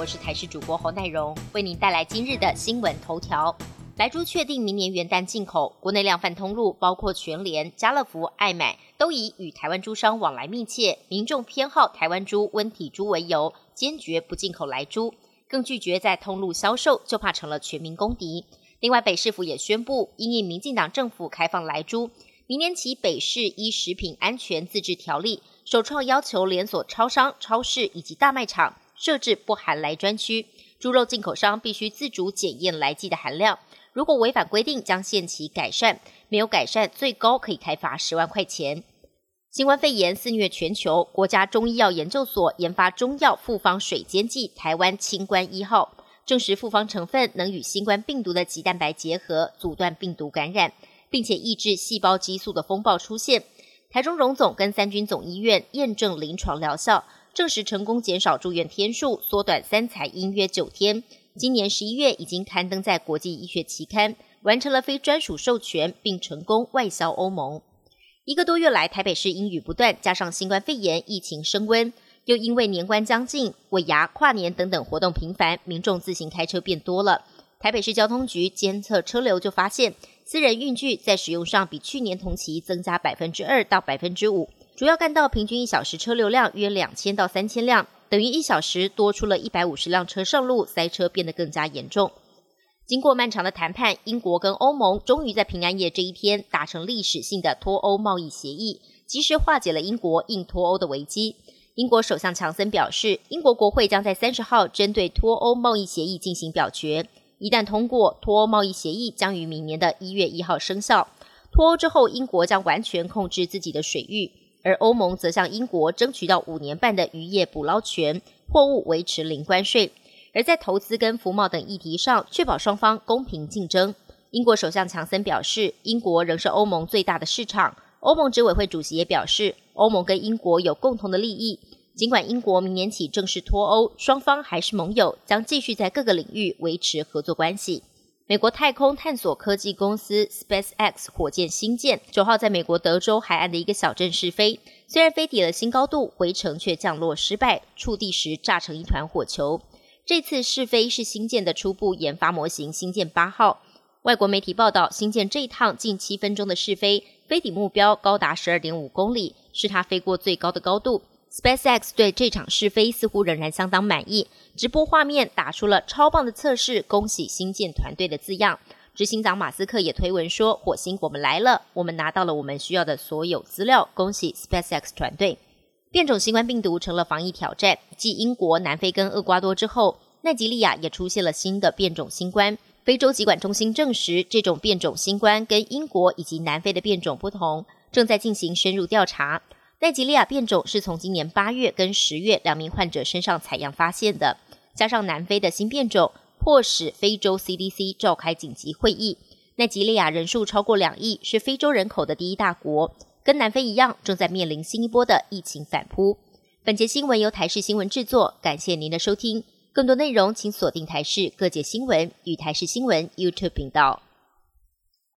是台视主播侯乃荣，为您带来今日的新闻头条。莱猪确定明年元旦进口，国内量贩通路包括全联、家乐福、爱买，都以与台湾猪商往来密切，民众偏好台湾猪、温体猪为由，坚决不进口莱猪，更拒绝在通路销售，就怕成了全民公敌。另外，北市府也宣布，因应民进党政府开放莱猪，明年起北市依食品安全自治条例，首创要求连锁超商、超市以及大卖场设置不含莱专区，猪肉进口商必须自主检验莱剂的含量，如果违反规定将限期改善，没有改善最高可以开罚10万块钱。新冠肺炎肆虐全球，国家中医药研究所研发中药复方水煎剂台湾清冠1号，证实复方成分能与新冠病毒的棘蛋白结合，阻断病毒感染，并且抑制细胞激素的风暴出现。台中荣总跟三军总医院验证临床疗效，证实成功减少住院天数，缩短3采阴约9天。今年11月已经刊登在国际医学期刊，完成了非专属授权，并成功外销欧盟。1个多月来，台北市阴雨不断，加上新冠肺炎疫情升温，又因为年关将近、尾牙、跨年等等活动频繁，民众自行开车变多了。台北市交通局监测车流就发现，私人运具在使用上比去年同期增加 2% 到 5%， 主要干道平均1小时车流量约2000到3000辆，等于1小时多出了150辆车上路，塞车变得更加严重。经过漫长的谈判，英国跟欧盟终于在平安夜这一天达成历史性的脱欧贸易协议，及时化解了英国硬脱欧的危机。英国首相强森表示，英国国会将在30号针对脱欧贸易协议进行表决，一旦通过，脱欧贸易协议将于明年的1月1号生效。脱欧之后，英国将完全控制自己的水域，而欧盟则向英国争取到5年半的渔业捕捞权，货物维持零关税。而在投资跟服贸等议题上，确保双方公平竞争。英国首相强森表示，英国仍是欧盟最大的市场。欧盟执委会主席也表示，欧盟跟英国有共同的利益。尽管英国明年起正式脱欧，双方还是盟友，将继续在各个领域维持合作关系。美国太空探索科技公司 SpaceX 火箭星舰9号在美国德州海岸的一个小镇试飞，虽然飞抵了新高度，回程却降落失败，触地时炸成一团火球。这次试飞是星舰的初步研发模型星舰8号。外国媒体报道，星舰这一趟近7分钟的试飞，飞抵目标高达 12.5 公里，是它飞过最高的高度。SpaceX 对这场试飞似乎仍然相当满意，直播画面打出了超棒的测试，恭喜星舰团队的字样。执行长马斯克也推文说，火星我们来了，我们拿到了我们需要的所有资料，恭喜 SpaceX 团队。变种新冠病毒成了防疫挑战，继英国、南非跟厄瓜多之后，奈及利亚也出现了新的变种新冠。非洲疾管中心证实，这种变种新冠跟英国以及南非的变种不同，正在进行深入调查。奈及利亚变种是从今年8月跟10月2名患者身上采样发现的，加上南非的新变种，迫使非洲 CDC 召开紧急会议。奈及利亚人数超过2亿，是非洲人口的第一大国，跟南非一样，正在面临新一波的疫情反扑。本节新闻由台视新闻制作，感谢您的收听。更多内容请锁定台视各界新闻与台视新闻 YouTube 频道。